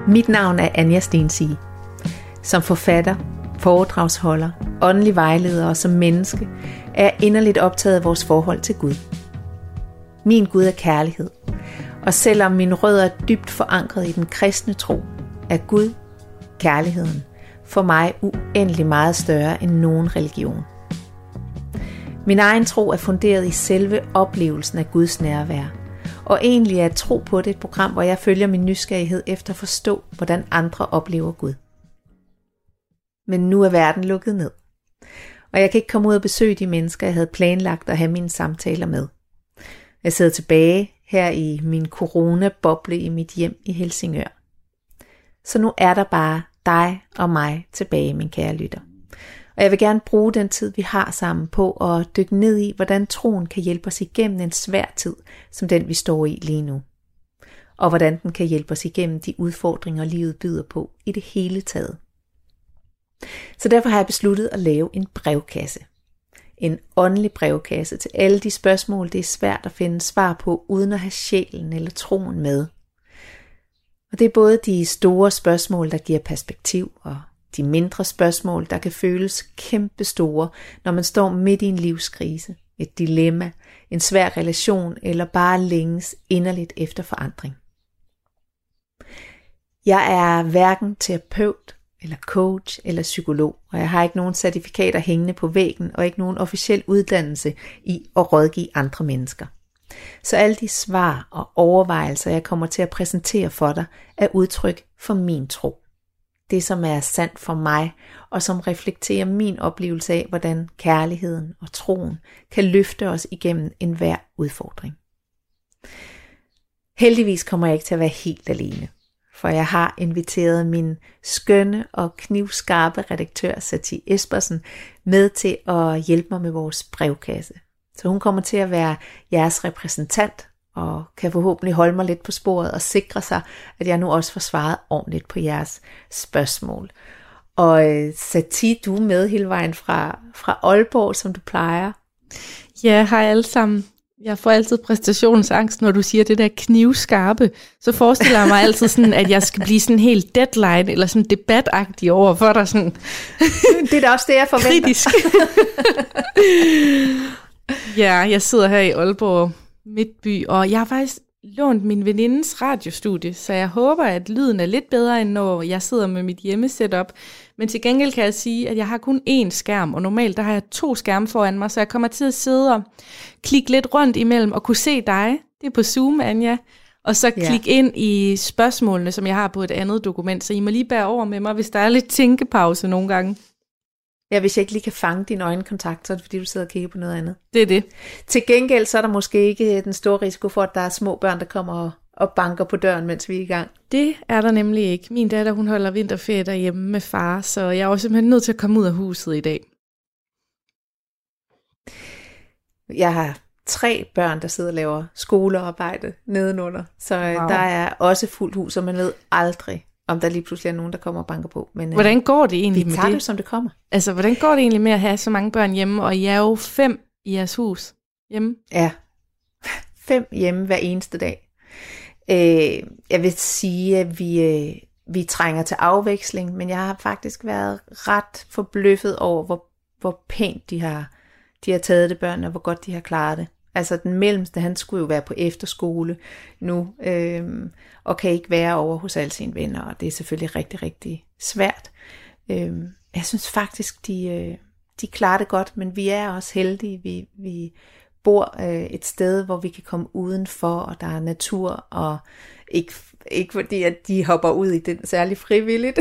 Mit navn er Anja Stensige. Som forfatter, foredragsholder, åndelig vejleder og som menneske er jeg inderligt optaget af vores forhold til Gud. Min Gud er kærlighed, og selvom mine rødder er dybt forankret i den kristne tro, er Gud, kærligheden, for mig uendelig meget større end nogen religion. Min egen tro er funderet i selve oplevelsen af Guds nærvær, og egentlig er at tro på det et program, hvor jeg følger min nysgerrighed efter at forstå, hvordan andre oplever Gud. Men nu er verden lukket ned, og jeg kan ikke komme ud og besøge de mennesker, jeg havde planlagt at have mine samtaler med. Jeg sidder tilbage her i min corona-boble i mit hjem i Helsingør. Så nu er der bare dig og mig tilbage, min kære lytter. Og jeg vil gerne bruge den tid, vi har sammen på at dykke ned i, hvordan troen kan hjælpe os igennem en svær tid, som den vi står i lige nu. Og hvordan den kan hjælpe os igennem de udfordringer, livet byder på i det hele taget. Så derfor har jeg besluttet at lave en brevkasse. En åndelig brevkasse til alle de spørgsmål, det er svært at finde svar på, uden at have sjælen eller troen med. Og det er både de store spørgsmål, der giver perspektiv, og de mindre spørgsmål, der kan føles kæmpe store, når man står midt i en livskrise, et dilemma, en svær relation eller bare længes inderligt efter forandring. Jeg er hverken terapeut eller coach eller psykolog, og jeg har ikke nogen certifikater hængende på væggen og ikke nogen officiel uddannelse i at rådgive andre mennesker. Så alle de svar og overvejelser, jeg kommer til at præsentere for dig, er udtryk for min tro. Det, som er sandt for mig, og som reflekterer min oplevelse af, hvordan kærligheden og troen kan løfte os igennem enhver udfordring. Heldigvis kommer jeg ikke til at være helt alene, for jeg har inviteret min skønne og knivskarpe redaktør, Satie Espersen, med til at hjælpe mig med vores brevkasse. Så hun kommer til at være jeres repræsentant, og kan forhåbentlig holde mig lidt på sporet og sikre sig, at jeg nu også får svaret ordentligt på jeres spørgsmål. Og Satie, du er med hele vejen fra Aalborg, som du plejer. Ja, hej alle sammen. Jeg får altid præstationsangst, når du siger det der knivskarpe. Så forestiller jeg mig altid sådan, at jeg skal blive sådan helt deadline, eller sådan debatagtig over for dig. Sådan det er da også det, jeg forventer. Kritisk. Ja, jeg sidder her i Aalborg Midtby, og jeg har faktisk lånt min venindes radiostudie, så jeg håber, at lyden er lidt bedre, end når jeg sidder med mit hjemmesetup. Men til gengæld kan jeg sige, at jeg har kun én skærm, og normalt der har jeg 2 skærme foran mig, så jeg kommer til at sidde og klikke lidt rundt imellem og kunne se dig. Det er på Zoom, Anja. Og så klikke ind i spørgsmålene, som jeg har på et andet dokument, så I må lige bære over med mig, hvis der er lidt tænkepause nogle gange. Ja, hvis jeg ikke lige kan fange din øjenkontakt, så er det fordi, du sidder og kigger på noget andet. Det er det. Til gengæld, så er der måske ikke den store risiko for, at der er små børn, der kommer og banker på døren, mens vi er i gang. Det er der nemlig ikke. Min datter, hun holder vinterferie derhjemme med far, så jeg er også simpelthen nødt til at komme ud af huset i dag. Jeg har 3 børn, der sidder og laver skolearbejde nedenunder, så der er også fuldt hus, og man ved aldrig, om der lige pludselig er nogen, der kommer og banker på. Men, hvordan går det egentlig med det? Vi tager det, som det kommer. Altså, hvordan går det egentlig med at have så mange børn hjemme, og I er jo 5 i jeres hus hjemme? Ja, 5 hjemme hver eneste dag. Jeg vil sige, at vi trænger til afveksling, men jeg har faktisk været ret forbløffet over, hvor pænt de har taget det, børn, og hvor godt de har klaret det. Altså den mellemste, han skulle jo være på efterskole nu, og kan ikke være over hos alle sine venner, og det er selvfølgelig rigtig, rigtig svært. Jeg synes faktisk, de klarer det godt, men vi er også heldige. Vi bor et sted, hvor vi kan komme udenfor, og der er natur, og ikke fordi, at de hopper ud i den særlig frivilligt.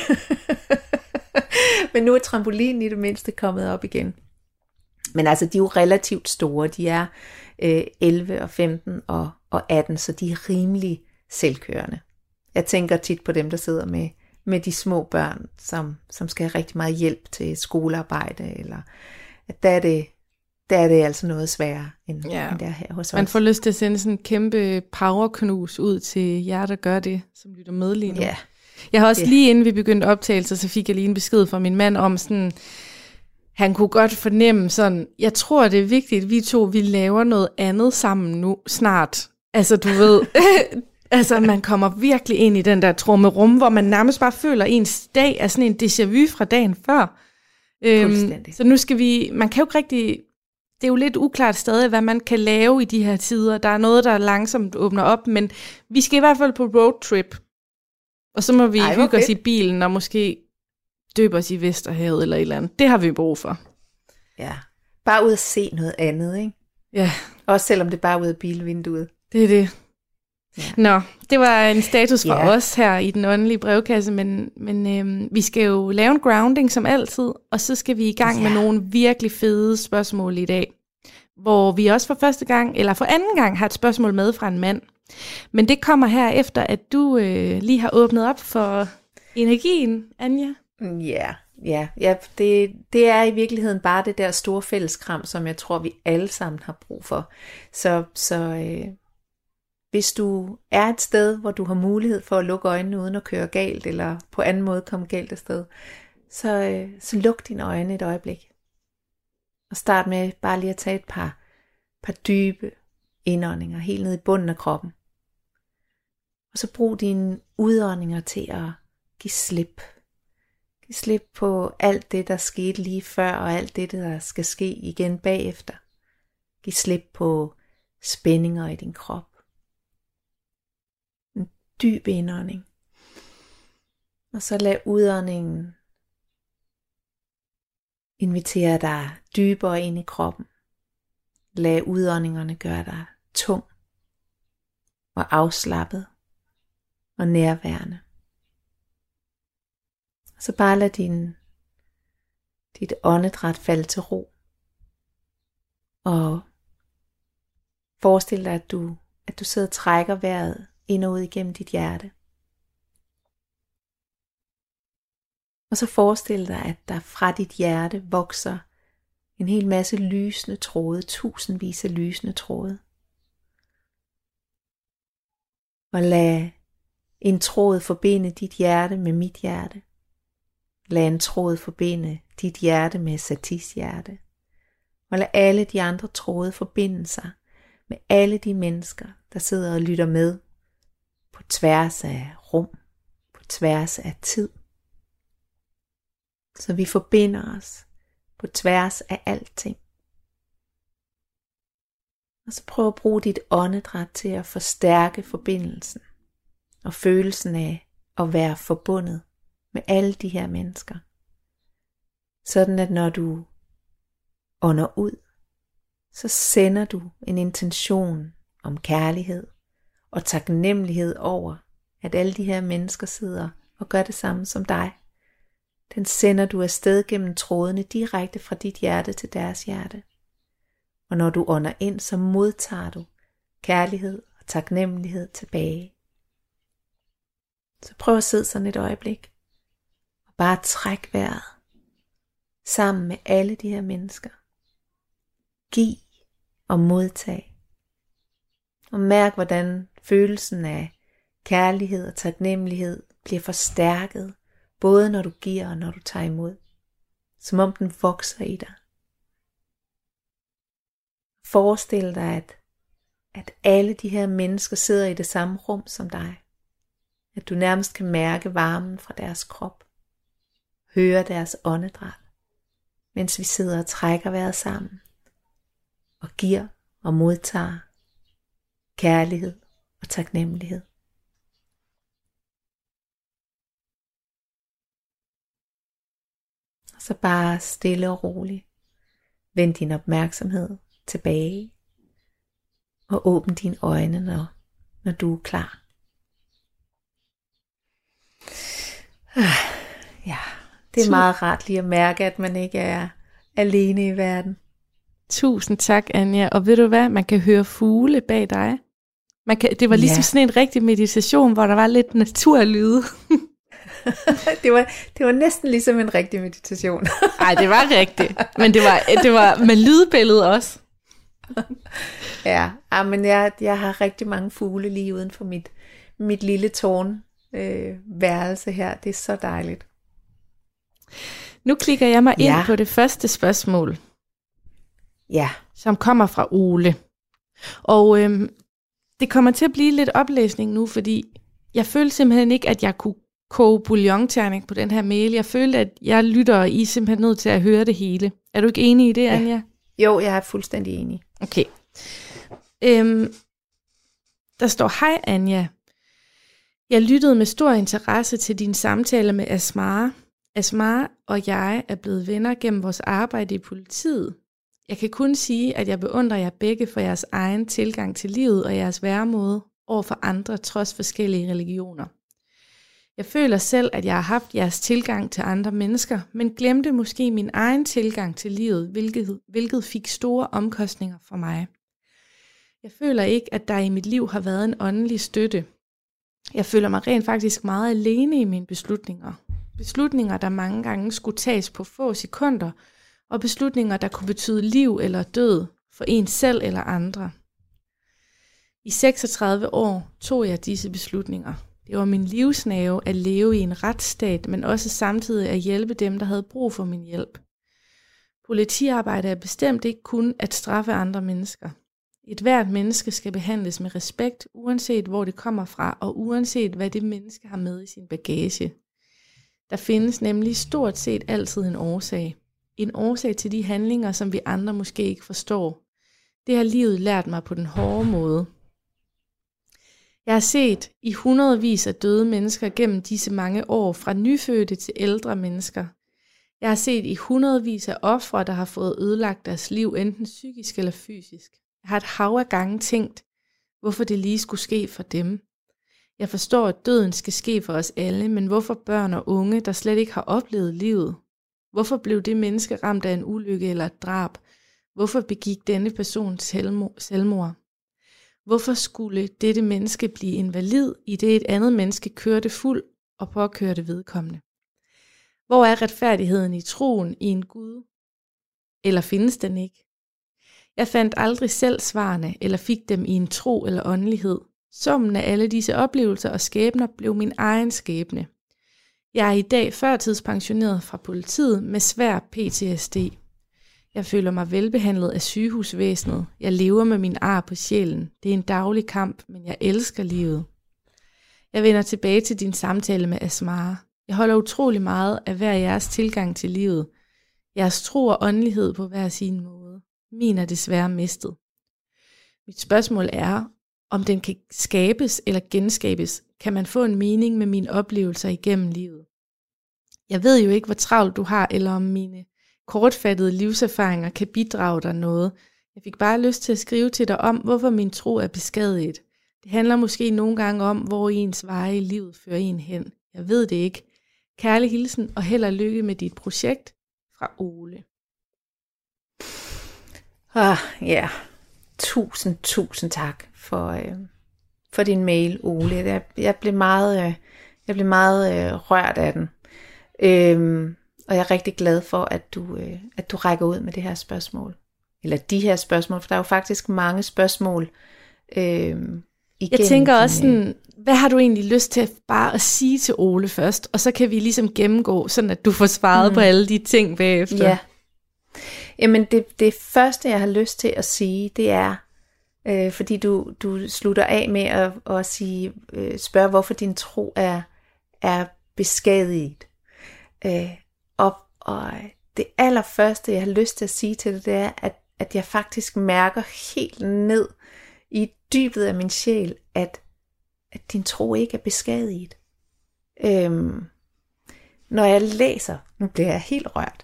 Men nu er trampolinen i det mindste kommet op igen. Men altså, de er jo relativt store. De er 11 og 15 og 18, så de er rimelig selvkørende. Jeg tænker tit på dem, der sidder med de små børn, som skal have rigtig meget hjælp til skolearbejde, eller at der er det altså noget sværere, end det er her hos os. Man får lyst til at sende sådan en kæmpe powerknus ud til jer, der gør det, som lytter med lige nu. Ja. Jeg har også lige inden vi begyndte optagelser, så fik jeg lige en besked fra min mand om sådan, han kunne godt fornemme sådan, jeg tror det er vigtigt, at vi laver noget andet sammen nu snart. Altså du ved, Altså, man kommer virkelig ind i den der trummerum, hvor man nærmest bare føler, at ens dag er sådan en déjà vu fra dagen før. Så nu skal vi, man kan jo ikke rigtig, det er jo lidt uklart stadig, hvad man kan lave i de her tider. Der er noget, der langsomt åbner op, men vi skal i hvert fald på roadtrip. Og så må vi hygge os i bilen, og måske døbe os i Vesterhavet eller et eller andet. Det har vi brug for. Ja, bare ud at se noget andet, ikke? Ja. Også selvom det bare er ud af bilvinduet. Det er det. Ja. Nå, det var en status fra os her i den åndelige brevkasse, men vi skal jo lave en grounding som altid, og så skal vi i gang med nogle virkelig fede spørgsmål i dag, hvor vi også for første gang, eller for anden gang, har et spørgsmål med fra en mand. Men det kommer her efter, at du lige har åbnet op for energien, Anja. Ja, det er i virkeligheden bare det der store fælleskram, som jeg tror, vi alle sammen har brug for. Så hvis du er et sted, hvor du har mulighed for at lukke øjnene uden at køre galt, eller på anden måde komme galt afsted, så luk dine øjne et øjeblik. Og start med bare lige at tage et par dybe indåndinger helt ned i bunden af kroppen. Og så brug dine udåndinger til at give slip. Giv slip på alt det, der skete lige før, og alt det, der skal ske igen bagefter. Giv slip på spændinger i din krop. En dyb indånding. Og så lad udåndingen invitere dig dybere ind i kroppen. Lad udåndingerne gøre dig tung og afslappet og nærværende. Så bare lad dit åndedræt falde til ro. Og forestil dig, at du sidder og trækker vejret ind og ud igennem dit hjerte. Og så forestil dig, at der fra dit hjerte vokser en hel masse lysende tråde, tusindvis af lysende tråde. Og lad en tråd forbinde dit hjerte med mit hjerte. Lad en tråd forbinde dit hjerte med Satis hjerte. Og lad alle de andre tråde forbinde sig med alle de mennesker, der sidder og lytter med på tværs af rum, på tværs af tid. Så vi forbinder os på tværs af alting. Og så prøv at bruge dit åndedræt til at forstærke forbindelsen og følelsen af at være forbundet med alle de her mennesker. Sådan at når du ånder ud, så sender du en intention om kærlighed og taknemmelighed over, at alle de her mennesker sidder og gør det samme som dig. Den sender du afsted gennem trådene direkte fra dit hjerte til deres hjerte. Og når du ånder ind, så modtager du kærlighed og taknemmelighed tilbage. Så prøv at sidde sådan et øjeblik. Og bare træk vejret sammen med alle de her mennesker. Giv og modtag. Og mærk, hvordan følelsen af kærlighed og taknemmelighed bliver forstærket, både når du giver og når du tager imod. Som om den vokser i dig. Forestil dig, at alle de her mennesker sidder i det samme rum som dig. At du nærmest kan mærke varmen fra deres krop. Høre deres åndedræt, mens vi sidder og trækker vejret sammen. Og giver og modtager kærlighed og taknemmelighed. Og så bare stille og roligt. Vend din opmærksomhed tilbage. Og åbn dine øjne, når du er klar. Ja, det er meget rart lige at mærke, at man ikke er alene i verden. Tusind tak, Anja. Og ved du hvad, man kan høre fugle bag dig. Det var ligesom sådan en rigtig meditation, hvor der var lidt naturlyde. det var næsten ligesom en rigtig meditation. Nej, det var rigtigt. Men det var med lydbilledet også. Ja, men jeg har rigtig mange fugle lige uden for mit lille tårn værelse her. Det er så dejligt. Nu klikker jeg mig ind på det første spørgsmål. Ja. Som kommer fra Ole. Og det kommer til at blive lidt oplæsning nu, fordi jeg følte simpelthen ikke, at jeg kunne koge bouillonterning på den her mail. Jeg følte, at jeg lytter, og I er simpelthen nødt til at høre det hele. Er du ikke enig i det, Anja? Jo, jeg er fuldstændig enig. Okay. Der står, hej Anja. Jeg lyttede med stor interesse til din samtale med Asmara. Asmara og jeg er blevet venner gennem vores arbejde i politiet. Jeg kan kun sige, at jeg beundrer jer begge for jeres egen tilgang til livet og jeres væremåde over for andre trods forskellige religioner. Jeg føler selv, at jeg har haft jeres tilgang til andre mennesker, men glemte måske min egen tilgang til livet, hvilket fik store omkostninger for mig. Jeg føler ikke, at der i mit liv har været en åndelig støtte. Jeg føler mig rent faktisk meget alene i mine beslutninger. Beslutninger, der mange gange skulle tages på få sekunder, og beslutninger, der kunne betyde liv eller død for en selv eller andre. I 36 år tog jeg disse beslutninger. Det var min livsnerve at leve i en retsstat, men også samtidig at hjælpe dem, der havde brug for min hjælp. Politiarbejde er bestemt ikke kun at straffe andre mennesker. Et hvert menneske skal behandles med respekt, uanset hvor det kommer fra, og uanset hvad det menneske har med i sin bagage. Der findes nemlig stort set altid en årsag. En årsag til de handlinger, som vi andre måske ikke forstår. Det har livet lært mig på den hårde måde. Jeg har set i hundredvis af døde mennesker gennem disse mange år, fra nyfødte til ældre mennesker. Jeg har set i hundredvis af ofre, der har fået ødelagt deres liv, enten psykisk eller fysisk. Jeg har et hav af gange tænkt, hvorfor det lige skulle ske for dem. Jeg forstår, at døden skal ske for os alle, men hvorfor børn og unge, der slet ikke har oplevet livet? Hvorfor blev det menneske ramt af en ulykke eller et drab? Hvorfor begik denne person selvmord? Hvorfor skulle dette menneske blive invalid, i det et andet menneske kørte fuld og påkørte vedkommende? Hvor er retfærdigheden i troen i en Gud? Eller findes den ikke? Jeg fandt aldrig selv svarene, eller fik dem i en tro eller åndelighed. Summen af alle disse oplevelser og skæbner blev min egen skæbne. Jeg er i dag førtidspensioneret fra politiet med svær PTSD. Jeg føler mig velbehandlet af sygehusvæsenet. Jeg lever med min ar på sjælen. Det er en daglig kamp, men jeg elsker livet. Jeg vender tilbage til din samtale med Asmara. Jeg holder utrolig meget af hver jeres tilgang til livet. Jeres tro og åndelighed på hver sin måde. Min er desværre mistet. Mit spørgsmål er, om den kan skabes eller genskabes. Kan man få en mening med mine oplevelser igennem livet? Jeg ved jo ikke, hvor travlt du har, eller om mine kortfattede livserfaringer kan bidrage dig noget. Jeg fik bare lyst til at skrive til dig om, hvorfor min tro er beskadiget. Det handler måske nogle gange om, hvor ens veje i livet fører en hen. Jeg ved det ikke. Kærlig hilsen og held og lykke med dit projekt fra Ole. Ja, tusind tak for din mail, Ole. Jeg blev meget rørt af den. Og jeg er rigtig glad for, at du rækker ud med det her spørgsmål. Eller de her spørgsmål, for der er jo faktisk mange spørgsmål igen. Jeg tænker også sådan, hvad har du egentlig lyst til bare at sige til Ole først? Og så kan vi ligesom gennemgå, sådan at du får svaret på alle de ting bagefter. Ja. Jamen det første, jeg har lyst til at sige, det er, fordi du slutter af med at sige, spørge, hvorfor din tro er beskadiget. Og det allerførste, jeg har lyst til at sige til dig, det er, at jeg faktisk mærker helt ned i dybet af min sjæl, at din tro ikke er beskadiget. Når jeg læser, nu bliver jeg helt rørt,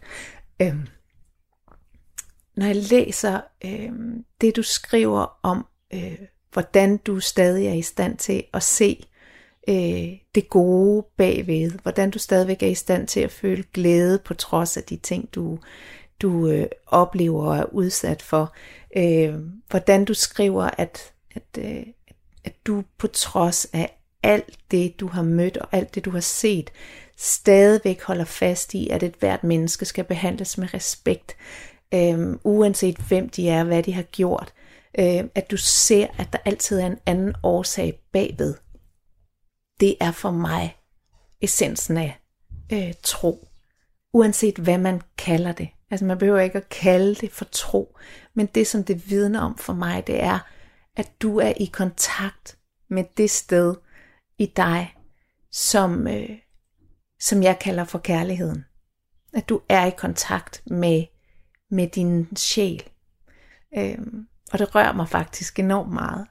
når jeg læser det, du skriver om, hvordan du stadig er i stand til at se det gode bagved, hvordan du stadigvæk er i stand til at føle glæde på trods af de ting, du oplever og er udsat for, hvordan du skriver, at du på trods af alt det, du har mødt og alt det, du har set, stadigvæk holder fast i, at et hvert menneske skal behandles med respekt, uanset hvem de er, hvad de har gjort, at du ser, at der altid er en anden årsag bagved. Det er for mig essensen af tro, uanset hvad man kalder det. Altså man behøver ikke at kalde det for tro, men det som det vidner om for mig, det er, at du er i kontakt med det sted i dig, som jeg kalder for kærligheden. At du er i kontakt med din sjæl. Og det rører mig faktisk enormt meget.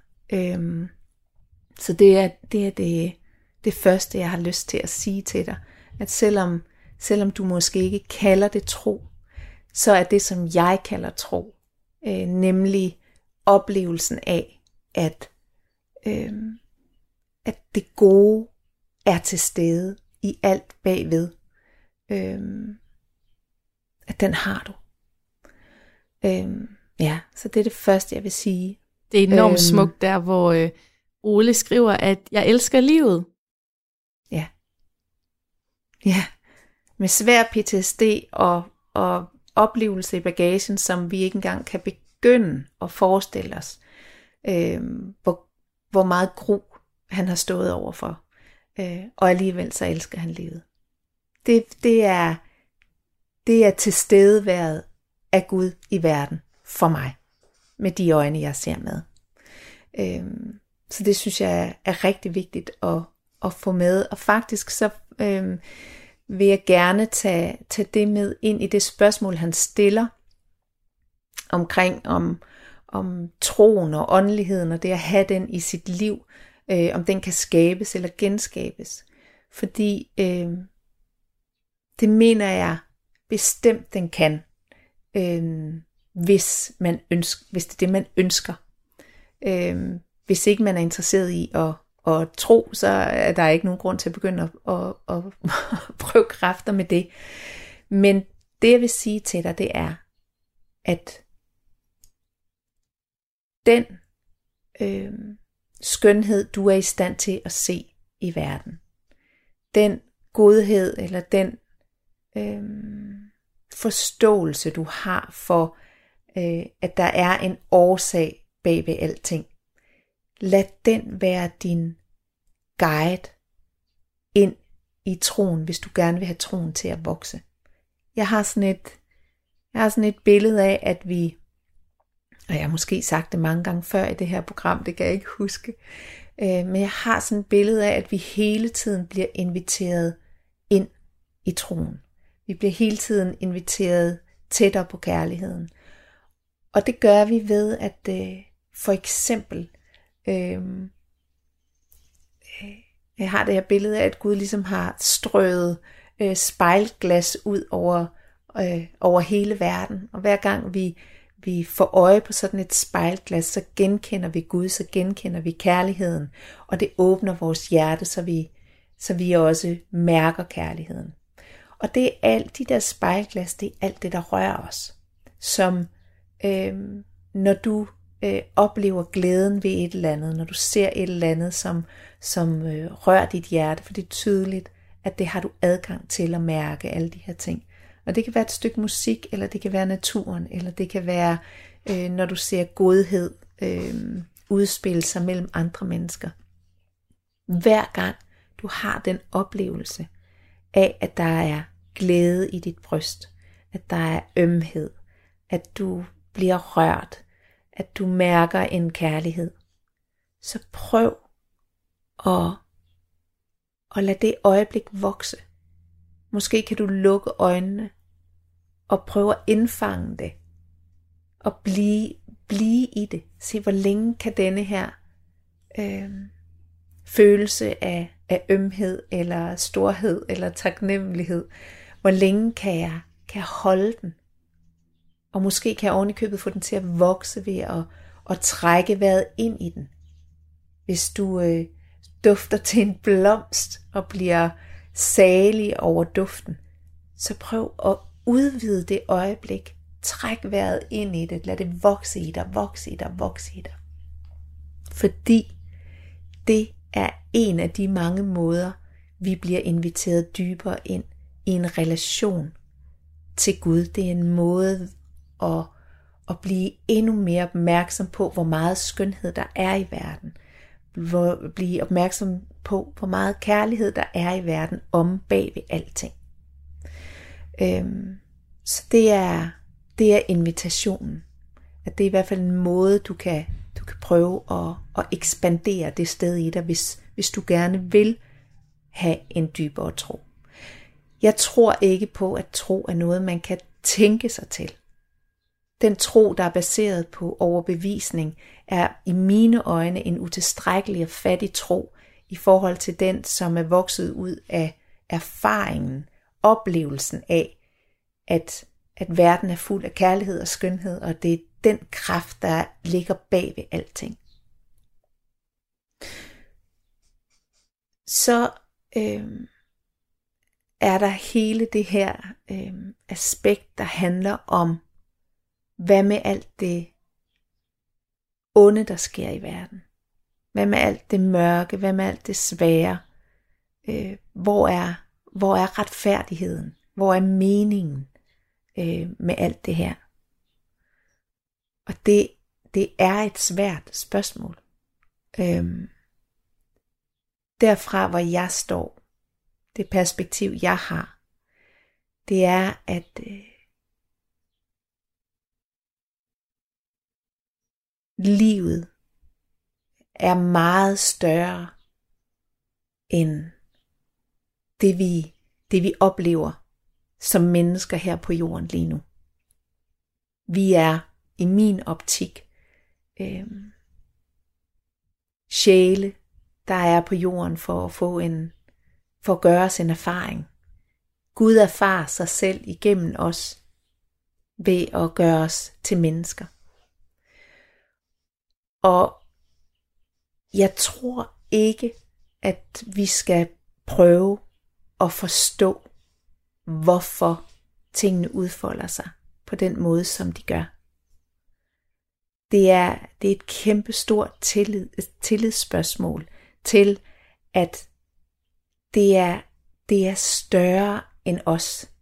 Så det er det første, jeg har lyst til at sige til dig. At selvom du måske ikke kalder det tro, så er det, som jeg kalder tro, nemlig oplevelsen af, at det gode er til stede i alt bagved. At den har du. Ja, så det er det første, jeg vil sige. Det er enormt smukt der, hvor Ole skriver, at jeg elsker livet. Ja. Ja. Med svær PTSD og oplevelse i bagagen, som vi ikke engang kan begynde at forestille os, hvor meget gru han har stået overfor. Og alligevel så elsker han livet. Det er tilstedeværet af Gud i verden for mig, med de øjne, jeg ser med. Så det synes jeg er rigtig vigtigt at få med. Og faktisk så vil jeg gerne tage det med ind i det spørgsmål, han stiller omkring om troen og åndeligheden, og det at have den i sit liv, om den kan skabes eller genskabes. Fordi det mener jeg bestemt, den kan, hvis det er det, man ønsker. Hvis ikke man er interesseret i at tro, så er der ikke nogen grund til at begynde at prøve kræfter med det. Men det, jeg vil sige til dig, det er, at den skønhed, du er i stand til at se i verden, den godhed eller den forståelse, du har for, at der er en årsag bag ved alting, lad den være din guide ind i troen, hvis du gerne vil have troen til at vokse. Jeg har sådan et billede af, at vi, og jeg har måske sagt det mange gange før i det her program, det kan jeg ikke huske, men jeg har sådan et billede af, at vi hele tiden bliver inviteret ind i troen. Vi bliver hele tiden inviteret tættere på kærligheden. Og det gør vi ved, at for eksempel, jeg har det her billede af, at Gud ligesom har strøget spejlglas ud over hele verden. Og hver gang vi får øje på sådan et spejlglas, så genkender vi Gud, så genkender vi kærligheden. Og det åbner vores hjerte, så vi også mærker kærligheden. Og det er alt de der spejlglas, det er alt det, der rører os. Som når du oplever glæden ved et eller andet, når du ser et eller andet, som rører dit hjerte, for det er tydeligt, at det har du adgang til at mærke, alle de her ting. Og det kan være et stykke musik, eller det kan være naturen, eller det kan være, når du ser godhed udspille sig mellem andre mennesker. Hver gang du har den oplevelse af, at der er glæde i dit bryst, at der er ømhed, at du bliver rørt, at du mærker en kærlighed, så prøv at lade det øjeblik vokse. Måske kan du lukke øjnene og prøve at indfange det og blive i det. Se, hvor længe kan denne her følelse af ømhed eller storhed eller taknemmelighed, hvor længe kan jeg holde den? Og måske kan jeg oven i købet få den til at vokse ved at trække vejret ind i den. Hvis du dufter til en blomst og bliver salig over duften, så prøv at udvide det øjeblik. Træk vejret ind i det. Lad det vokse i dig, vokse i dig, vokse i dig. Fordi det er en af de mange måder, vi bliver inviteret dybere ind i en relation til Gud. Det er en måde at blive endnu mere opmærksom på, hvor meget skønhed der er i verden. Blive opmærksom på, hvor meget kærlighed der er i verden om bag ved alting. Så det er invitationen. At det er i hvert fald en måde, du kan Du kan prøve at ekspandere det sted i dig, hvis du gerne vil have en dybere tro. Jeg tror ikke på, at tro er noget, man kan tænke sig til. Den tro, der er baseret på overbevisning, er i mine øjne en utilstrækkelig og fattig tro i forhold til den, som er vokset ud af erfaringen, oplevelsen af, at verden er fuld af kærlighed og skønhed, og det er den kraft, der ligger bag ved alting. Så er der hele det her aspekt, der handler om, hvad med alt det onde, der sker i verden? Hvad med alt det mørke? Hvad med alt det svære? Hvor er retfærdigheden? Hvor er meningen med alt det her? Og det er et svært spørgsmål. Derfra, hvor jeg står, det perspektiv, jeg har, det er, at livet er meget større end det vi oplever som mennesker her på jorden lige nu. Vi er i min optik sjæle, der er på jorden for at gøre os en erfaring. Gud erfarer sig selv igennem os ved at gøre os til mennesker. Og jeg tror ikke, at vi skal prøve at forstå, hvorfor tingene udfolder sig på den måde, som de gør. Det er et kæmpestort tillidsspørgsmål til, at det er større end os.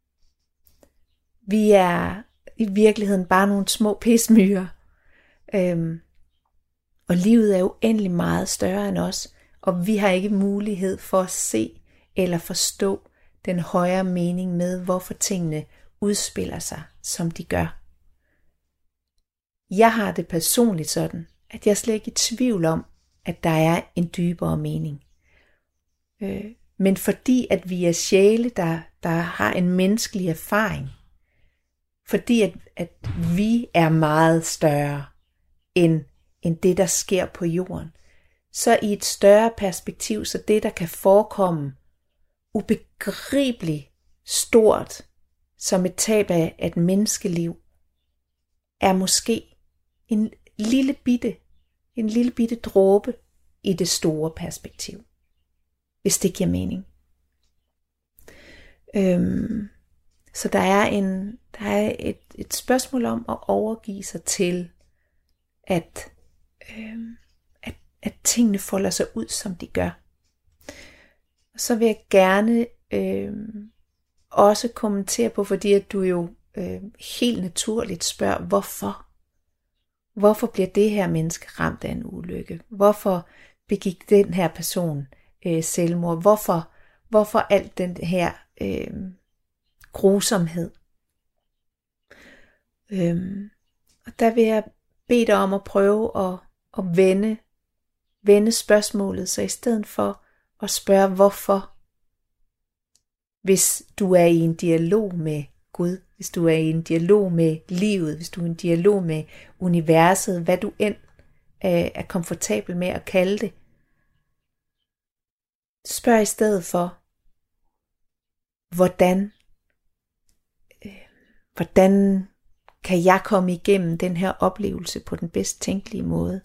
Vi er i virkeligheden bare nogle små pismyrer. Og livet er uendelig meget større end os, og vi har ikke mulighed for at se eller forstå den højere mening med, hvorfor tingene udspiller sig, som de gør. Jeg har det personligt sådan, at jeg slet ikke er i tvivl om, at der er en dybere mening. Men fordi at vi er sjæle, der har en menneskelig erfaring, fordi at vi er meget større end det, der sker på jorden, så i et større perspektiv, så det, der kan forekomme ubegribeligt stort som et tab af et menneskeliv, er måske en lille bitte dråbe i det store perspektiv, hvis det giver mening. Så der er et spørgsmål om at overgive sig til, at tingene folder sig ud, som de gør. Og så vil jeg gerne også kommentere på, fordi at du jo helt naturligt spørger, hvorfor? Hvorfor bliver det her menneske ramt af en ulykke? Hvorfor begik den her person selvmord? Hvorfor alt den her grusomhed? Og der vil jeg bede dig om at prøve at vende spørgsmålet, så i stedet for at spørge hvorfor, hvis du er i en dialog med Gud, hvis du er i en dialog med livet, hvis du er i en dialog med universet, hvad du end er komfortabel med at kalde det, spørg i stedet for, hvordan kan jeg komme igennem den her oplevelse på den bedst tænkelige måde?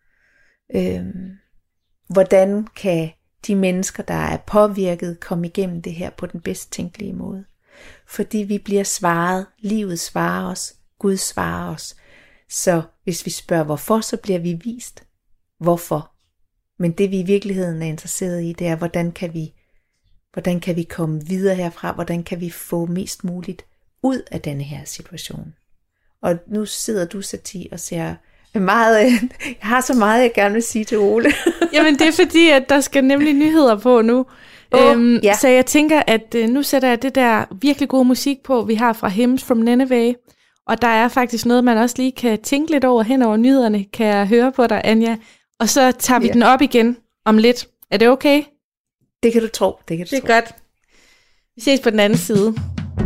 Hvordan kan de mennesker, der er påvirket, komme igennem det her på den bedst tænkelige måde? Fordi vi bliver svaret, livet svarer os, Gud svarer os. Så hvis vi spørger hvorfor, så bliver vi vist hvorfor. Men det vi i virkeligheden er interesseret i, det er, hvordan kan vi komme videre herfra? Hvordan kan vi få mest muligt ud af denne her situation? Og nu sidder du, Sati, og ser meget, jeg har så meget, jeg gerne vil sige til Ole. Jamen det er fordi, at der skal nemlig nyheder på nu. Ja. Så jeg tænker, at nu sætter jeg det der virkelig gode musik på, vi har fra Hymns from Nineveh. Og der er faktisk noget, man også lige kan tænke lidt over hen over nyhederne, kan jeg høre på dig, Anja. Og så tager vi den op igen om lidt. Er det okay? Det kan du tro. Det er godt. Vi ses på den anden side.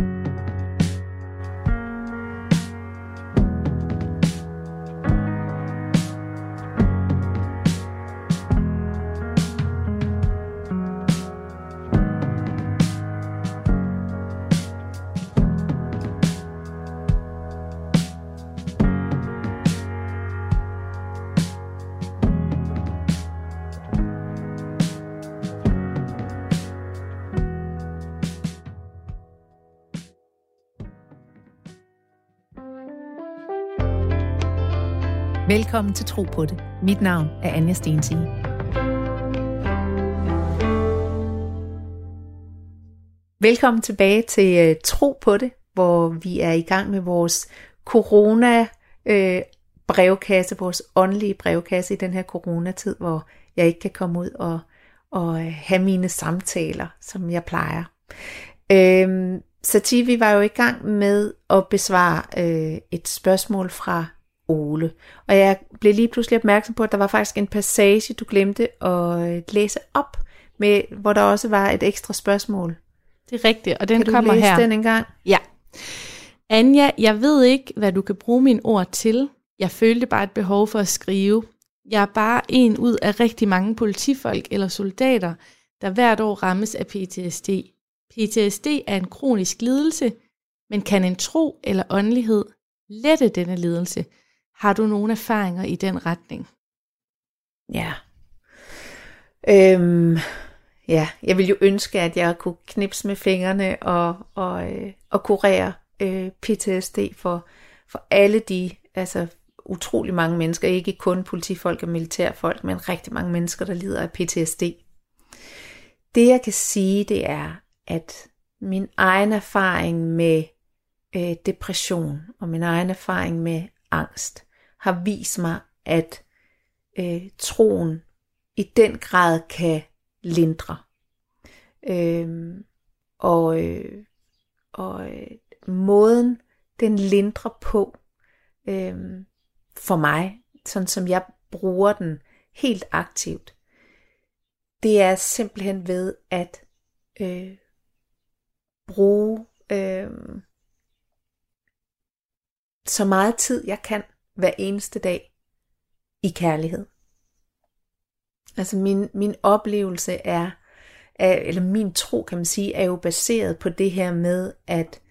Velkommen til Tro på det. Mit navn er Anja Stensige. Velkommen tilbage til Tro på det, hvor vi er i gang med vores corona-brevkasse, vores åndelige brevkasse i den her coronatid, hvor jeg ikke kan komme ud og have mine samtaler, som jeg plejer. Så vi var jo i gang med at besvare et spørgsmål fra Ole. Og jeg blev lige pludselig opmærksom på, at der var faktisk en passage, du glemte at læse op, med, hvor der også var et ekstra spørgsmål. Det er rigtigt, og den kommer her. Kan du læse den en gang? Ja. Anja, jeg ved ikke, hvad du kan bruge mine ord til. Jeg følte bare et behov for at skrive. Jeg er bare en ud af rigtig mange politifolk eller soldater, der hvert år rammes af PTSD. PTSD er en kronisk lidelse, men kan en tro eller åndelighed lette denne lidelse? Har du nogle erfaringer i den retning? Ja. Ja, jeg vil jo ønske, at jeg kunne knipse med fingrene og kurere PTSD for alle de, altså utrolig mange mennesker, ikke kun politifolk og militærfolk, men rigtig mange mennesker, der lider af PTSD. Det jeg kan sige, det er, at min egen erfaring med depression og min egen erfaring med angst har vist mig, at troen i den grad kan lindre. Måden den lindrer på for mig, sådan som jeg bruger den helt aktivt, det er simpelthen ved at bruge så meget tid jeg kan hver eneste dag i kærlighed. Altså min oplevelse er, eller min tro kan man sige, er jo baseret på det her med at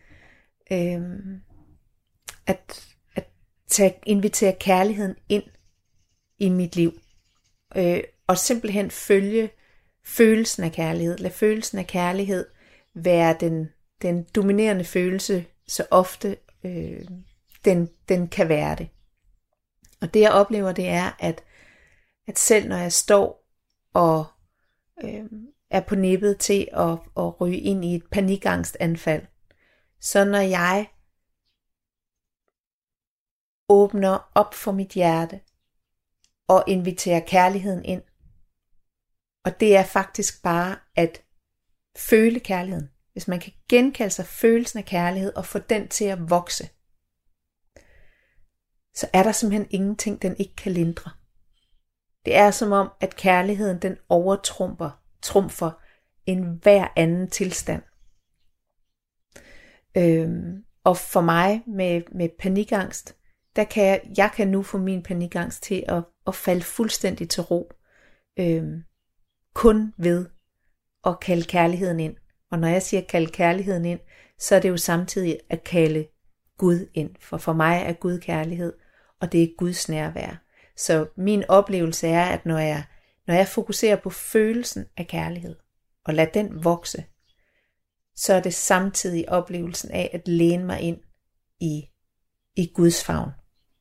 invitere kærligheden ind i mit liv. Og simpelthen følge følelsen af kærlighed. Lad følelsen af kærlighed være den dominerende følelse, så ofte den kan være det. Og det jeg oplever, det er, at selv når jeg står og er på nippet til at ryge ind i et panikangstanfald, så når jeg åbner op for mit hjerte og inviterer kærligheden ind, og det er faktisk bare at føle kærligheden. Hvis man kan genkalde sig følelsen af kærlighed og få den til at vokse, så er der simpelthen ingenting, den ikke kan lindre. Det er som om, at kærligheden den overtrumfer enhver anden tilstand. Og for mig med panikangst, der kan jeg nu få min panikangst til at falde fuldstændig til ro. Kun ved at kalde kærligheden ind. Og når jeg siger kalde kærligheden ind, så er det jo samtidig at kalde Gud ind. For mig er Gud kærlighed, og det er Guds nærvær. Så min oplevelse er, at når jeg fokuserer på følelsen af kærlighed, og lader den vokse, så er det samtidig oplevelsen af at læne mig ind i Guds favn.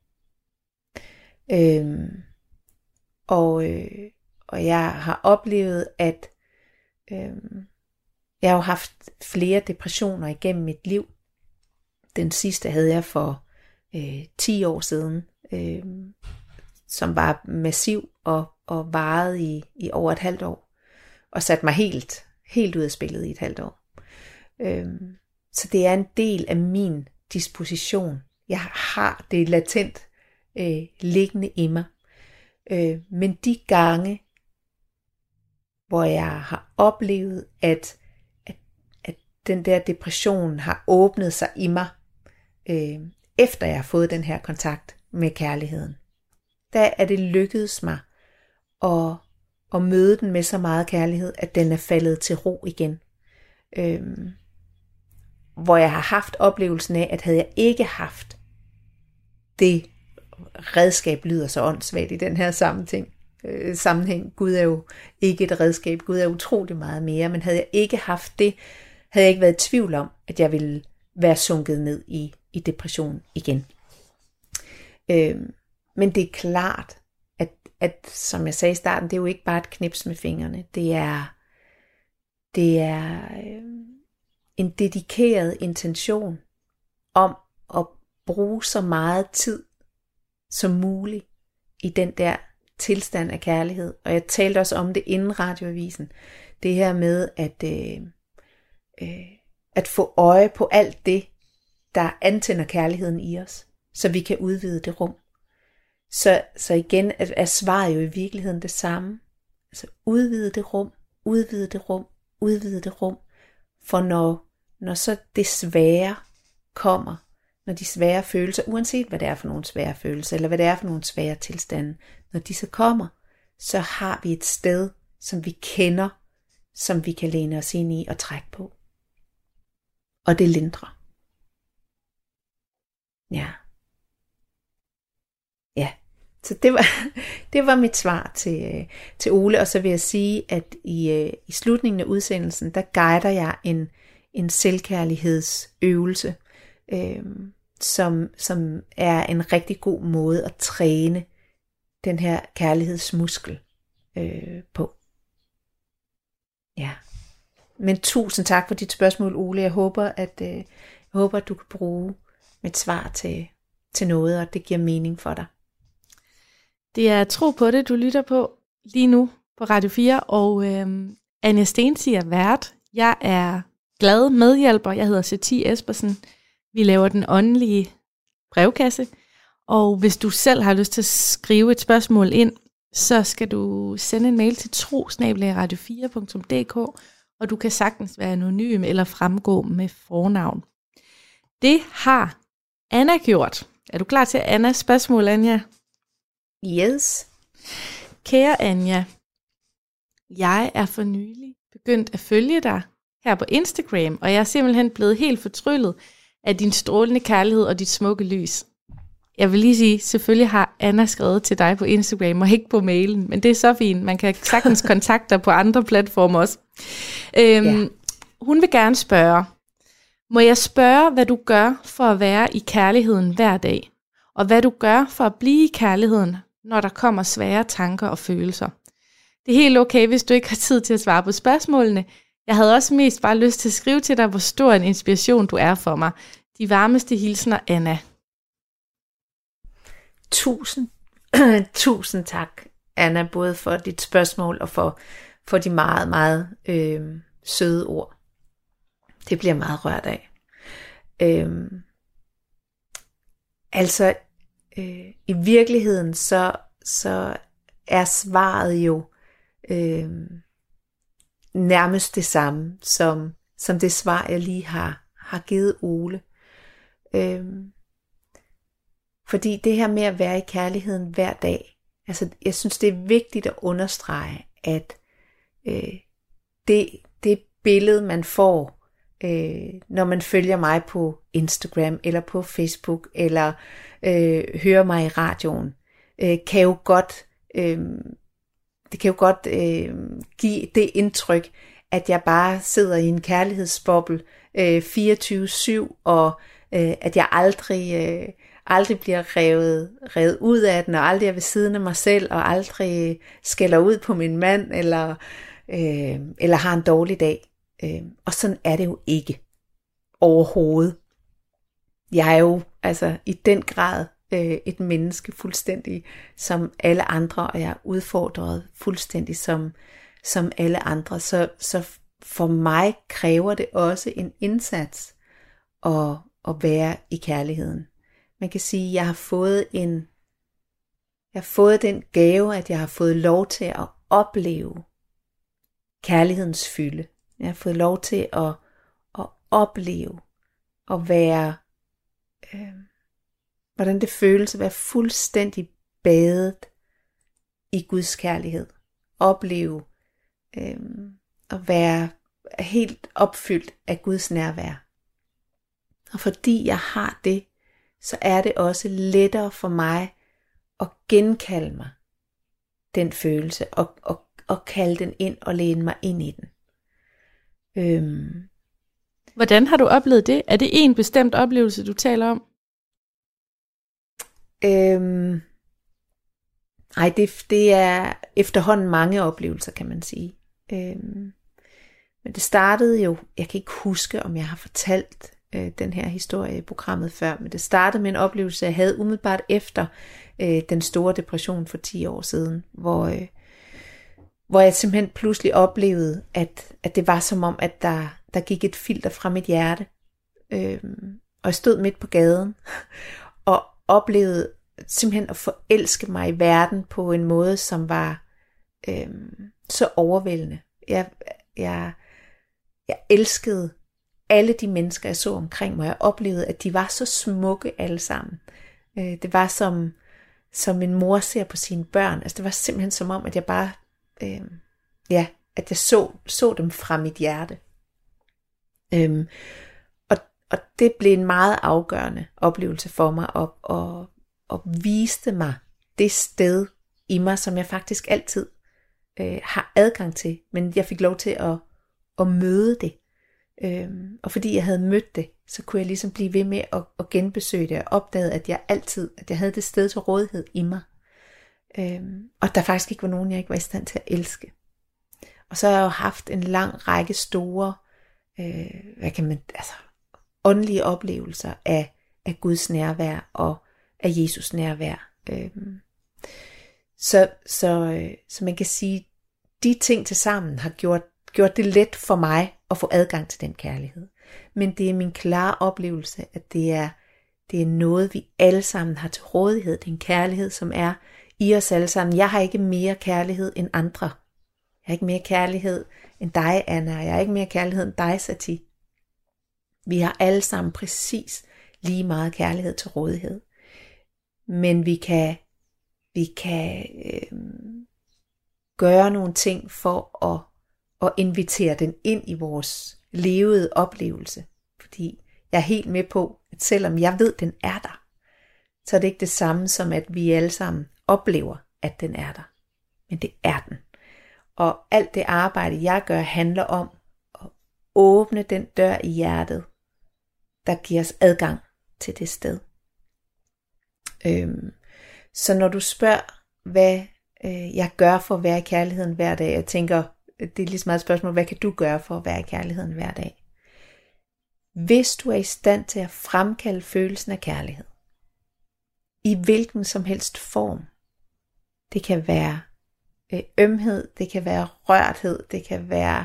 Og jeg har oplevet, at jeg har jo haft flere depressioner igennem mit liv. Den sidste havde jeg for 10 år siden, som var massiv og varede i over et halvt år, og satte mig helt ud af spillet i et halvt år. Så det er en del af min disposition Jeg har det latent liggende i mig. Men de gange, hvor jeg har oplevet, at den der depression har åbnet sig i mig, efter jeg har fået den her kontakt med kærligheden, der er det lykkedes mig at møde den med så meget kærlighed, at den er faldet til ro igen. Hvor jeg har haft oplevelsen af, at havde jeg ikke haft det redskab, lyder så åndssvagt i den her sammenhæng. Gud er jo ikke et redskab, Gud er utrolig meget mere, men havde jeg ikke haft det, havde jeg ikke været i tvivl om, at jeg ville være sunket ned i depression igen. Men det er klart, at som jeg sagde i starten, det er jo ikke bare et knips med fingrene. Det er en dedikeret intention om at bruge så meget tid som muligt i den der tilstand af kærlighed. Og jeg talte også om det inden radioavisen. Det her med at få øje på alt det, der antænder kærligheden i os, så vi kan udvide det rum. Så igen er svaret jo i virkeligheden det samme. Altså udvide det rum, udvide det rum, udvide det rum. For når så det svære kommer, når de svære følelser, uanset hvad det er for nogle svære følelser, eller hvad det er for nogle svære tilstande, når de så kommer, så har vi et sted, som vi kender, som vi kan læne os ind i og trække på. Og det lindrer. Ja. Så det var mit svar til Ole, og så vil jeg sige, at i slutningen af udsendelsen, der guider jeg en selvkærlighedsøvelse, som er en rigtig god måde at træne den her kærlighedsmuskel på. Ja. Men tusind tak for dit spørgsmål, Ole. Jeg håber, at du kan bruge mit svar til noget, og det giver mening for dig. Det er Tro på det, du lytter på lige nu på Radio 4, og Anja Stensig er vært. Jeg er glad medhjælper. Jeg hedder Satie Espersen. Vi laver den åndelige brevkasse, og hvis du selv har lyst til at skrive et spørgsmål ind, så skal du sende en mail til tro@radio4.dk, og du kan sagtens være anonym eller fremgå med fornavn. Det har Anna gjort. Er du klar til Annas spørgsmål, Anja? Yes. Kære Anja, jeg er for nylig begyndt at følge dig her på Instagram, og jeg er simpelthen blevet helt fortryllet af din strålende kærlighed og dit smukke lys. Jeg vil lige sige, selvfølgelig har Anna skrevet til dig på Instagram og ikke på mailen, men det er så fint. Man kan sagtens kontakte dig på andre platformer også. Hun vil gerne spørge, må jeg spørge, hvad du gør for at være i kærligheden hver dag? Og hvad du gør for at blive i kærligheden, når der kommer svære tanker og følelser? Det er helt okay, hvis du ikke har tid til at svare på spørgsmålene. Jeg havde også mest bare lyst til at skrive til dig, hvor stor en inspiration du er for mig. De varmeste hilsner, Anna. Tusind tak, Anna, både for dit spørgsmål og for de meget, meget søde ord. Det bliver meget rørt af. I virkeligheden så er svaret jo nærmest det samme som det svar jeg lige har givet Ole. Fordi det her med at være i kærligheden hver dag, altså jeg synes det er vigtigt at understrege, at det billede man får, når man følger mig på Instagram eller på Facebook eller hører mig i radioen, kan jo godt give det indtryk, at jeg bare sidder i en kærlighedsboble 24/7, og at jeg aldrig bliver revet ud af den, og aldrig er ved siden af mig selv, og aldrig skælder ud på min mand, eller har en dårlig dag. Og sådan er det jo ikke overhovedet. Jeg er jo altså i den grad et menneske fuldstændig som alle andre, og jeg er udfordret fuldstændig som alle andre. Så for mig kræver det også en indsats at være i kærligheden. man kan sige, jeg har fået den gave, at jeg har fået lov til at opleve kærlighedens fylde. Jeg har fået lov til at opleve og være, hvordan det føles at være fuldstændig badet i Guds kærlighed. Opleve at være helt opfyldt af Guds nærvær. Og fordi jeg har det, så er det også lettere for mig at genkalde mig den følelse og kalde den ind og læne mig ind i den. Hvordan har du oplevet det? Er det en bestemt oplevelse, du taler om? Nej, det er efterhånden mange oplevelser, kan man sige. Men det startede jo, jeg kan ikke huske, om jeg har fortalt den her historie i programmet før, men det startede med en oplevelse, jeg havde umiddelbart efter den store depression for 10 år siden, hvor jeg simpelthen pludselig oplevede, at det var som om, at der gik et filter fra mit hjerte, og jeg stod midt på gaden, og oplevede simpelthen at forelske mig i verden på en måde, som var så overvældende. Jeg elskede alle de mennesker, jeg så omkring mig. Jeg oplevede, at de var så smukke alle sammen. Det var som en mor ser på sine børn. Altså det var simpelthen som om, at jeg bare, at jeg så dem fra mit hjerte. Og det blev en meget afgørende oplevelse for mig, og viste mig det sted i mig, som jeg faktisk altid har adgang til. Men jeg fik lov til at møde det. Og fordi jeg havde mødt det, så kunne jeg ligesom blive ved med at genbesøge det, og opdagede, at jeg havde det sted til rådighed i mig. Og der faktisk ikke var nogen, jeg ikke var i stand til at elske. Og så har jeg jo haft en lang række store, åndelige oplevelser af Guds nærvær og af Jesus nærvær. Så man kan sige, de ting til sammen har gjort det let for mig at få adgang til den kærlighed. Men det er min klare oplevelse, at det er noget, vi alle sammen har til rådighed. Det er en kærlighed, som er i os alle sammen. Jeg har ikke mere kærlighed end andre. Jeg har ikke mere kærlighed end dig, Anna. Jeg har ikke mere kærlighed end dig, Sati. Vi har alle sammen præcis lige meget kærlighed til rådighed. Men vi kan gøre nogle ting for at invitere den ind i vores levede oplevelse. Fordi jeg er helt med på, at selvom jeg ved, at den er der, så er det ikke det samme som, at vi alle sammen oplever, at den er der. Men det er den. Og alt det arbejde, jeg gør, handler om at åbne den dør i hjertet, der giver os adgang til det sted. Så når du spørger, hvad jeg gør for at være i kærligheden hver dag, jeg tænker, det er lige så meget et spørgsmål, hvad kan du gøre for at være i kærligheden hver dag? Hvis du er i stand til at fremkalde følelsen af kærlighed, i hvilken som helst form, det kan være ømhed, det kan være rørthed, det kan være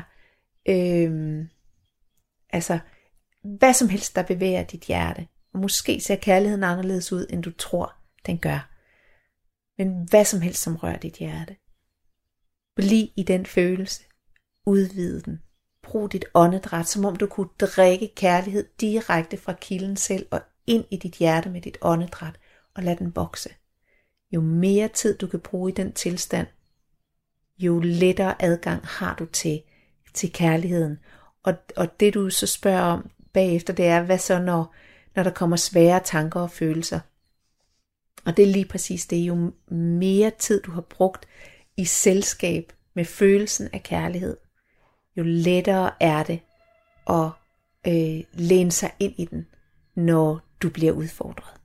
hvad som helst, der bevæger dit hjerte. Og måske ser kærligheden anderledes ud, end du tror, den gør. Men hvad som helst, som rører dit hjerte. Bliv i den følelse. Udvide den. Brug dit åndedræt, som om du kunne drikke kærlighed direkte fra kilden selv og ind i dit hjerte med dit åndedræt, og lad den vokse. Jo mere tid du kan bruge i den tilstand, jo lettere adgang har du til kærligheden. Og det du så spørger om bagefter, det er, hvad så når der kommer svære tanker og følelser. Og det er lige præcis det, jo mere tid du har brugt i selskab med følelsen af kærlighed, jo lettere er det at læne sig ind i den, når du bliver udfordret.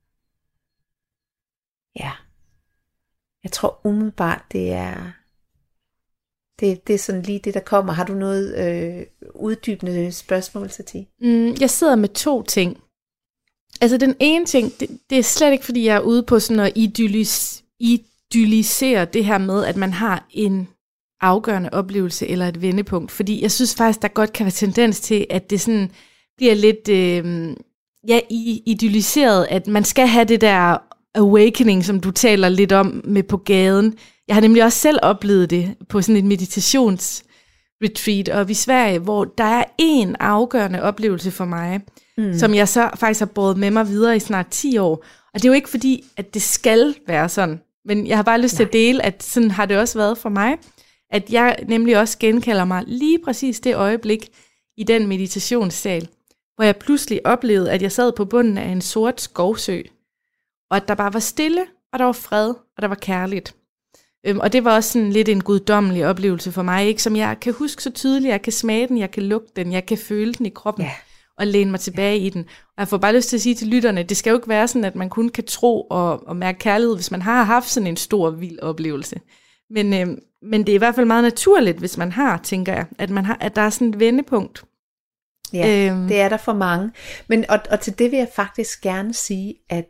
Ja, jeg tror umiddelbart, det er sådan lige det, der kommer. Har du noget uddybende spørgsmål, Sati? Jeg sidder med 2 ting. Altså den ene ting, det er slet ikke, fordi jeg er ude på sådan at idyllisere det her med, at man har en afgørende oplevelse eller et vendepunkt. Fordi jeg synes faktisk, der godt kan være tendens til, at det sådan bliver lidt idylliseret, at man skal have det der awakening, som du taler lidt om med på gaden. Jeg har nemlig også selv oplevet det på sådan et meditationsretreat oppe i Sverige, hvor der er en afgørende oplevelse for mig, som jeg så faktisk har båret med mig videre i snart 10 år. Og det er jo ikke fordi, at det skal være sådan, men jeg har bare lyst til at dele, at sådan har det også været for mig, at jeg nemlig også genkalder mig lige præcis det øjeblik i den meditationssal, hvor jeg pludselig oplevede, at jeg sad på bunden af en sort skovsø, og at der bare var stille, og der var fred, og der var kærligt. Og det var også sådan lidt en guddommelig oplevelse for mig, ikke? Som jeg kan huske så tydeligt, jeg kan smage den, jeg kan lugte den, jeg kan føle den i kroppen, og læne mig tilbage i den. Og jeg får bare lyst til at sige til lytterne, det skal jo ikke være sådan, at man kun kan tro og mærke kærlighed, hvis man har haft sådan en stor, vild oplevelse. Men det er i hvert fald meget naturligt, hvis man har, tænker jeg, at der er sådan et vendepunkt. Ja, det er der for mange. Men, og til det vil jeg faktisk gerne sige, at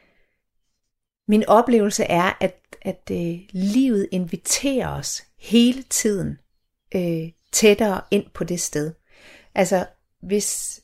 min oplevelse er, at livet inviterer os hele tiden tættere ind på det sted. Altså, hvis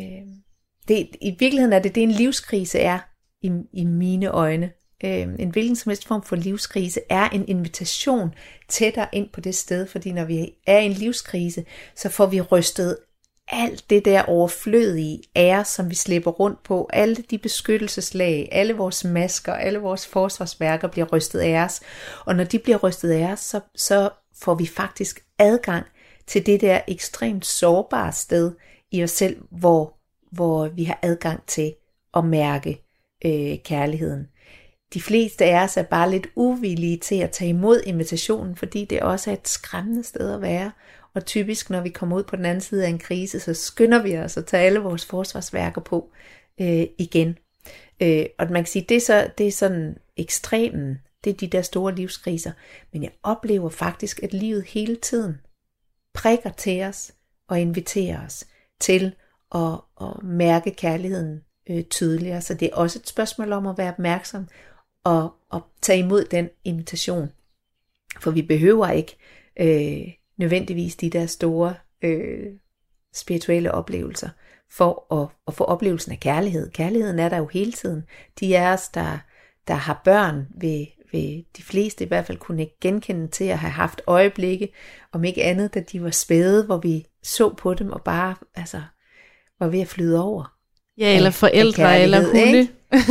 i virkeligheden er det en livskrise er, i mine øjne, en hvilken som helst form for livskrise, er en invitation tættere ind på det sted, fordi når vi er i en livskrise, så får vi rystet alt det der overflødige ære, som vi slipper rundt på, alle de beskyttelseslag, alle vores masker, alle vores forsvarsværker bliver rystet af os. Og når de bliver rystet af os, så får vi faktisk adgang til det der ekstremt sårbare sted i os selv, hvor vi har adgang til at mærke kærligheden. De fleste af os er bare lidt uvillige til at tage imod invitationen, fordi det også er et skræmmende sted at være. Og typisk, når vi kommer ud på den anden side af en krise, så skynder vi os at tage alle vores forsvarsværker på igen. Og man kan sige, det er sådan ekstremen, det er de der store livskriser. Men jeg oplever faktisk, at livet hele tiden prikker til os og inviterer os til at mærke kærligheden tydeligere. Så det er også et spørgsmål om at være opmærksom og tage imod den invitation. For vi behøver ikke nødvendigvis de der store spirituelle oplevelser for at få oplevelsen af kærlighed. Kærligheden er der jo hele tiden. De af os, der har børn, vil de fleste i hvert fald kunne genkende til at have haft øjeblikke, om ikke andet, da de var spæde, hvor vi så på dem og bare var ved at flyde over. Ja, eller forældre, eller hunde.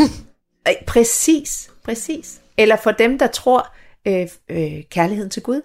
Præcis. Eller for dem, der tror kærligheden til Gud.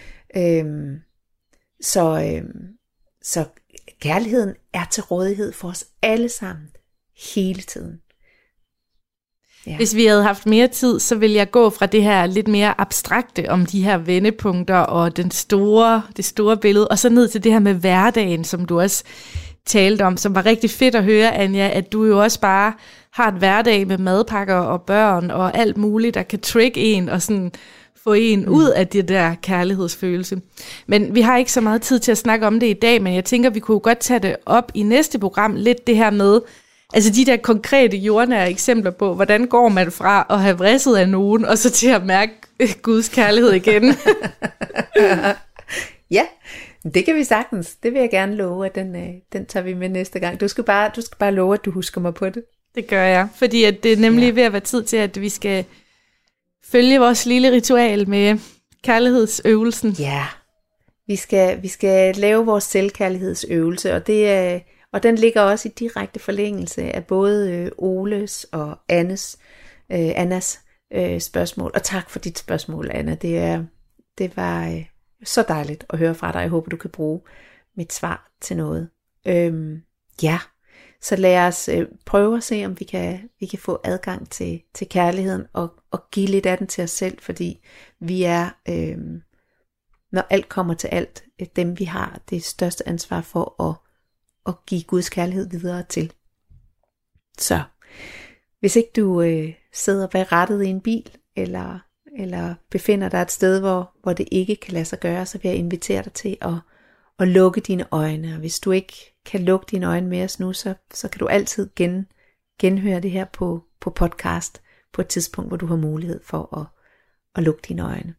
Så kærligheden er til rådighed for os alle sammen, hele tiden. Ja. Hvis vi havde haft mere tid, så ville jeg gå fra det her lidt mere abstrakte om de her vendepunkter og det store billede, og så ned til det her med hverdagen, som du også talte om, som var rigtig fedt at høre, Anja, at du jo også bare har et hverdag med madpakker og børn og alt muligt, der kan trigge en og sådan få en ud af det der kærlighedsfølelse. Men vi har ikke så meget tid til at snakke om det i dag, men jeg tænker, vi kunne godt tage det op i næste program, lidt det her med, altså de der konkrete jordnære eksempler på, hvordan går man fra at have vrisset af nogen, og så til at mærke Guds kærlighed igen. Ja, det kan vi sagtens. Det vil jeg gerne love, at den tager vi med næste gang. Du skal bare love, at du husker mig på det. Det gør jeg, fordi at det er nemlig ved at være tid til, at vi skal følge vores lille ritual med kærlighedsøvelsen. Ja, vi skal lave vores selvkærlighedsøvelse, og den ligger også i direkte forlængelse af både Oles og Annas spørgsmål. Og tak for dit spørgsmål, Anna. Det var så dejligt at høre fra dig. Jeg håber, du kan bruge mit svar til noget. Ja, så lad os prøve at se, om vi kan få adgang til kærligheden og give lidt af den til os selv, fordi vi er, når alt kommer til alt, dem vi har det største ansvar for at give Guds kærlighed videre til. Så hvis ikke du sidder bag rattet i en bil, eller befinder dig et sted, hvor det ikke kan lade sig gøre, så vil jeg invitere dig til at lukke dine øjne. Og hvis du ikke kan lukke dine øjne med os nu, så kan du altid genhøre det her på podcast på et tidspunkt, hvor du har mulighed for at lukke dine øjne.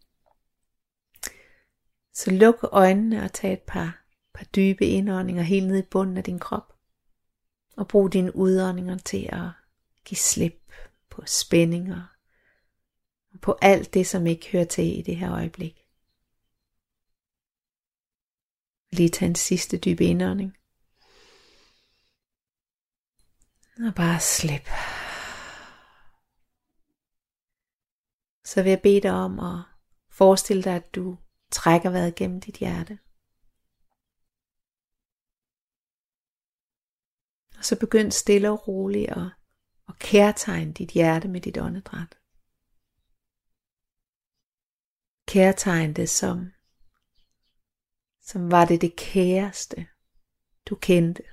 Så luk øjnene og tag et par dybe indåndinger helt ned i bunden af din krop. Og brug dine udåndinger til at give slip på spændinger. Og på alt det, som ikke hører til i det her øjeblik. Lige tage en sidste dyb indånding. Og bare slip. Så vil jeg bede dig om at forestille dig, at du trækker vejret gennem dit hjerte. Og så begynd stille og roligt at kærtegne dit hjerte med dit åndedræt. Kærtegne det som var det kæreste, du kendte.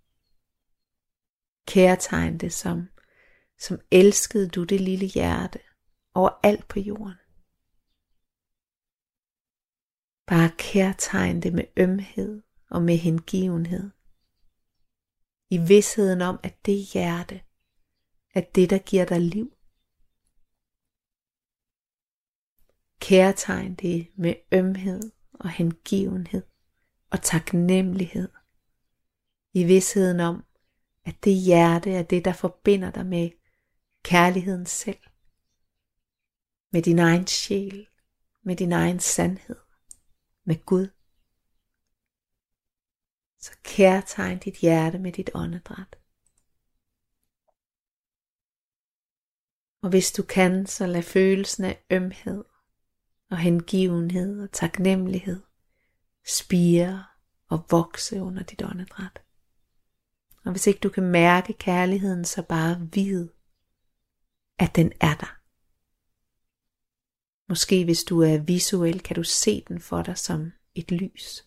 Kærtegne det som elskede du det lille hjerte overalt på jorden. Bare kærtegne det med ømhed og med hengivenhed. I vidsheden om, at det hjerte er det, der giver dig liv. Kærtegn det med ømhed og hengivenhed og taknemmelighed. I vidsheden om, at det hjerte er det, der forbinder dig med kærligheden selv. Med din egen sjæl, med din egen sandhed, med Gud. Så kærtegn dit hjerte med dit åndedræt. Og hvis du kan, så lad følelsen af ømhed og hengivenhed og taknemmelighed spire og vokse under dit åndedræt. Og hvis ikke du kan mærke kærligheden, så bare vide, at den er der. Måske hvis du er visuel, kan du se den for dig som et lys.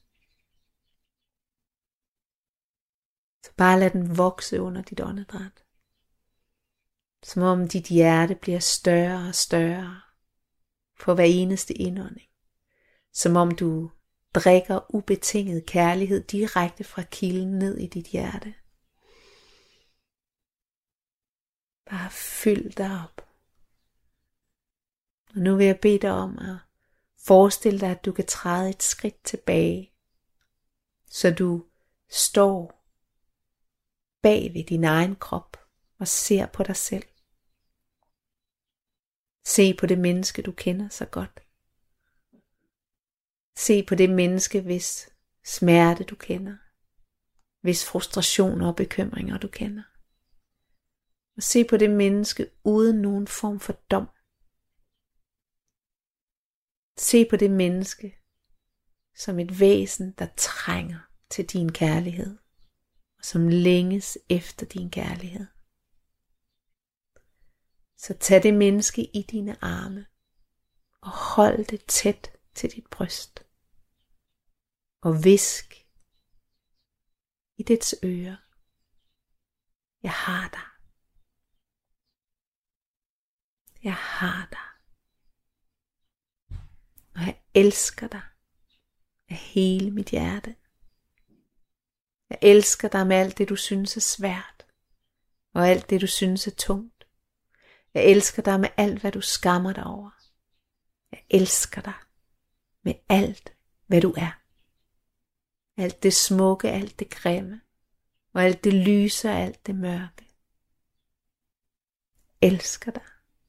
Så bare lad den vokse under dit åndedræt. Som om dit hjerte bliver større og større for hver eneste indånding. Som om du drikker ubetinget kærlighed direkte fra kilden ned i dit hjerte. Bare fyld dig op. Og nu vil jeg bede dig om at forestille dig, at du kan træde et skridt tilbage, så du står bag ved din egen krop og ser på dig selv. Se på det menneske, du kender så godt. Se på det menneske, hvis smerte du kender, hvis frustrationer og bekymringer du kender. Og se på det menneske uden nogen form for dom. Se på det menneske som et væsen, der trænger til din kærlighed, og som længes efter din kærlighed. Så tag det menneske i dine arme, og hold det tæt til dit bryst, og hvisk i dets øre: jeg har dig. Jeg har dig. Og jeg elsker dig af hele mit hjerte. Jeg elsker dig med alt det, du synes er svært, og alt det, du synes er tungt. Jeg elsker dig med alt, hvad du skammer dig over. Jeg elsker dig med alt, hvad du er. Alt det smukke, alt det grimme, og alt det lyse og alt det mørke. Jeg elsker dig.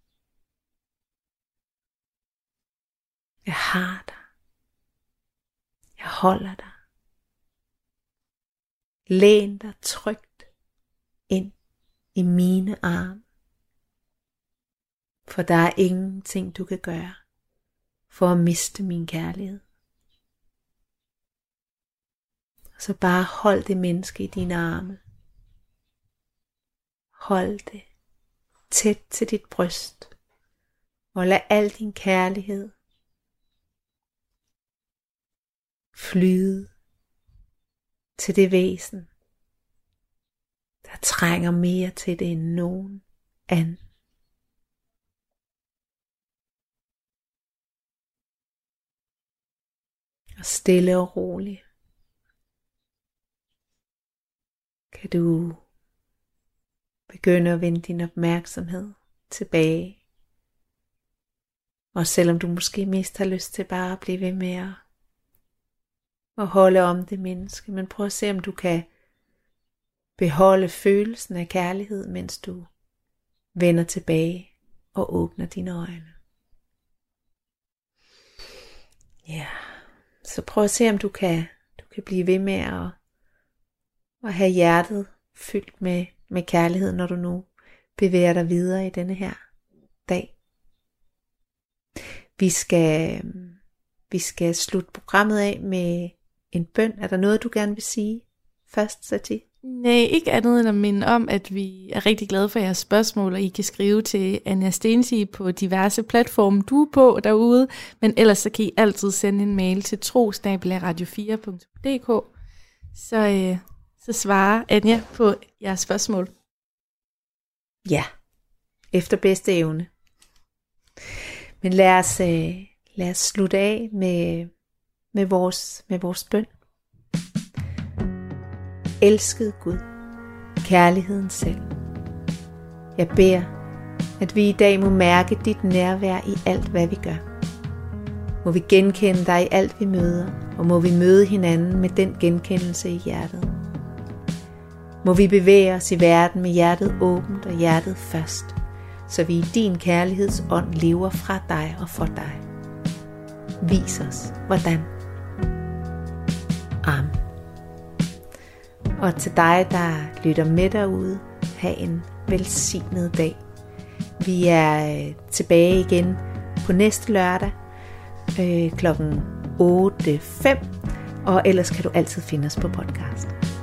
Jeg har dig. Jeg holder dig. Læn dig trygt ind i mine arme. For der er ingenting du kan gøre for at miste min kærlighed. Så bare hold det menneske i dine arme. Hold det tæt til dit bryst. Og lad al din kærlighed flyde til det væsen, der trænger mere til det end nogen anden. Og stille og roligt kan du begynde at vende din opmærksomhed tilbage. Og selvom du måske mest har lyst til bare at blive ved med at holde om det menneske, men prøv at se om du kan beholde følelsen af kærlighed, mens du vender tilbage og åbner dine øjne. Ja, så prøv at se, om du kan blive ved med at have hjertet fyldt med kærlighed, når du nu bevæger dig videre i denne her dag. Vi skal slutte programmet af med en bøn. Er der noget, du gerne vil sige først, Sati? Nej, ikke andet end at minde om, at vi er rigtig glade for jeres spørgsmål, og I kan skrive til Anja Stensi på diverse platforme, du er på derude. Men ellers så kan I altid sende en mail til tro@radio4.dk, så svarer Anja på jeres spørgsmål. Ja, efter bedste evne. Men lad os slutte af med vores bøn. Elskede Gud, kærligheden selv. Jeg beder, at vi i dag må mærke dit nærvær i alt, hvad vi gør. Må vi genkende dig i alt, vi møder, og må vi møde hinanden med den genkendelse i hjertet. Må vi bevæge os i verden med hjertet åbent og hjertet først, så vi i din kærlighedsånd lever fra dig og for dig. Vis os, hvordan. Amen. Og til dig, der lytter med derude, have en velsignet dag. Vi er tilbage igen på næste lørdag klokken 8:05, og ellers kan du altid finde os på podcast.